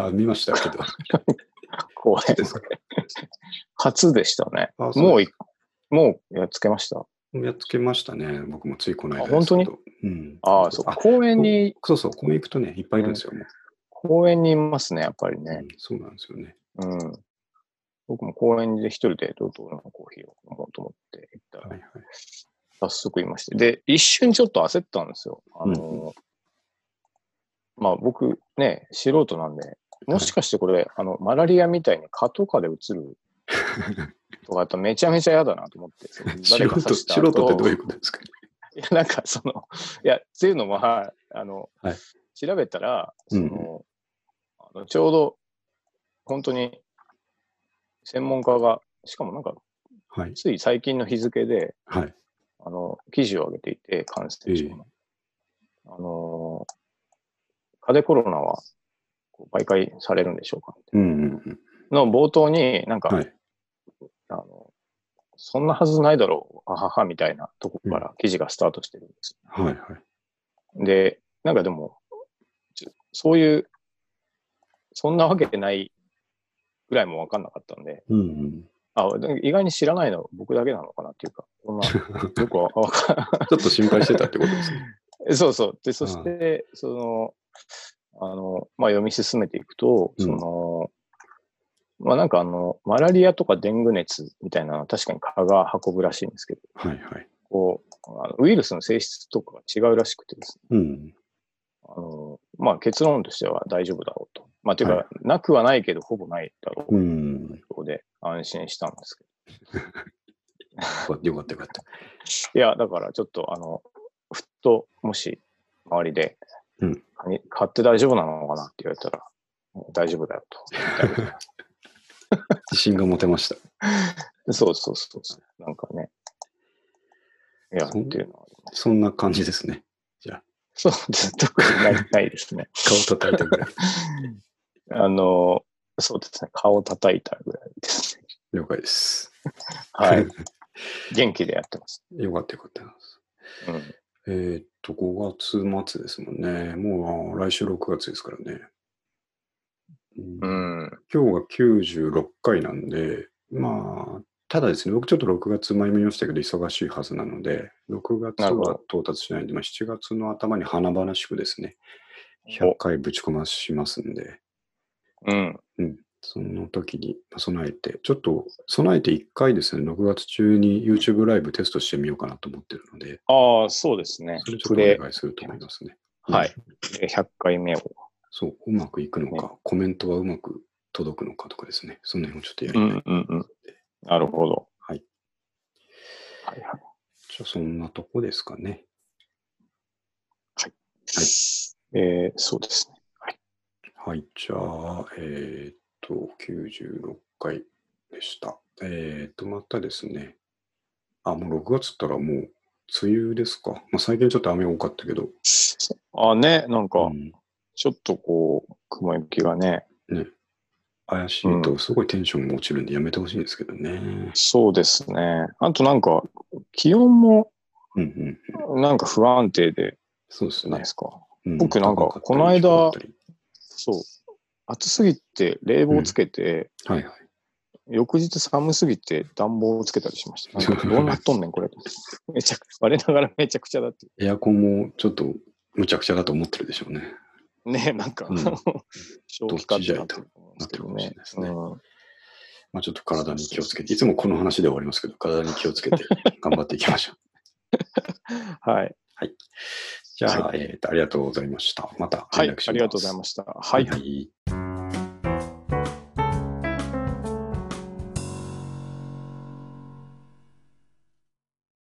ああ、見ましたけど。 公演ですか？初でしたね。もう、もうやっつけました。 やっつけましたね。僕もついこの間ですけど。本当に？うん。ああ、そう。公園に。 そうそう、公園行くとね、いっぱいいるんですよ、もう。 公園にいますね、やっぱりね。 うん、そうなんですよね。 うん。僕も公園で一人でドトールのコーヒーを飲もうと思って行ったら、はいはい、早速いまして。で、一瞬ちょっと焦ったんですよ。あのー、うん、まあ僕ね、素人なんで、もしかしてこれ、はい、あの、マラリアみたいに蚊とかでうつるとかだとめちゃめちゃ嫌だなと思って。 誰か刺した後素人ってどういうことですか？ いや、なんかその、いや、っていうのは、あの、はい、調べたら、その、うん、あのちょうど、本当に、専門家が、しかもなんか、はい、つい最近の日付で、はい、あの、記事を上げていて、感染症の。えー、あの、風邪コロナは媒介されるんでしょうか、うんうんうん、の冒頭になんか、はい、あの、そんなはずないだろう、はははみたいなとこから記事がスタートしてるんです。うん、はいはい。で、なんかでも、そういう、そんなわけないぐらいも分かんなかったんで、うんうん、あ、意外に知らないの僕だけなのかなっていうか、そんな、よくわかんない。 ちょっと心配してたってことですね。 そうそう。で、そして、その、あの、まあ、読み進めていくと、その、うん、まあ、なんかあの、マラリアとかデング熱みたいなのは確かに蚊が運ぶらしいんですけど、はいはい。こう、あのウイルスの性質とかが違うらしくてですね、うん、あの、まあ、結論としては大丈夫だろうと。まあ、というか、はい、なくはないけど、ほぼないだろうということで安心したんですけど。よかったよかった。 いや、だからちょっと、あの、ふっと、もし、周りで、うん、買って大丈夫なのかなって言われたら、大丈夫だよと。 自信が持てました。 そうそうそうそう。なんかね。いや、っていうのは。 そんな感じですね。じゃあ。 そうです。特にないないですね。 顔叩いたぐらい。 あの、そうですね。顔叩いたぐらいですね。 了解です。 はい。元気でやってます。 よかったよかった。うん、えー、っと、ごがつ末ですもんね。もう来週ろくがつですからね。うん、今日がきゅうじゅうろっかいなんで、まあ、ただですね、僕ちょっとろくがつ前も言いましたけど、忙しいはずなので、ろくがつは到達しないんで、まあ、しちがつの頭に華々しくですね、ひゃっかいぶち込ましますんで、 うん。 うん。 その時に備えて、ちょっと備えていっかいですね、ろくがつ中に YouTube ライブテストしてみようかなと思ってるので。 ああ、そうですね。 それちょっとお願いすると思いますね。 はい。うん、ひゃっかいめを。 そう、うまくいくのか、ね、コメントはうまく届くのかとかですね。その辺をちょっとやりたい。 うんうんうん。なるほど。 はい。 はいはい。 じゃあそんなとこですかね。 はい。はい。えー、そうですね。はい。 はい。じゃあ、えー、っと、きゅうじゅうろっかいでした。えー、っと、またですね。あ、もうろくがつったらもう梅雨ですか。まあ、最近ちょっと雨多かったけど。 あ、ね、なんか、ちょっとこう、雲行きがね。 ね。怪しいとすごいテンションが落ちるんでやめてほしいんですけどね、うん。 そうですね。あとなんか、気温も、なんか不安定で、 そうですね。 ないですか。うん、僕なんか、この間、そう、暑すぎて冷房つけて、 うん、はいはい。 翌日寒すぎて暖房をつけたりしました。なんかどうなっとんねん、これ。めちゃくちゃ、我ながらめちゃくちゃだって。 エアコンもちょっとむちゃくちゃだと思ってるでしょうね。 ね、なんか、うん、 どっちじゃいとなってるかもしれないですね。うん、まあちょっと体に気をつけて、いつもこの話で終わりますけど、体に気をつけて頑張っていきましょう。はい。 はい。じゃあ、はい、えっと、ありがとうございました。また連絡します。 はい、ありがとうございました。はい、はい。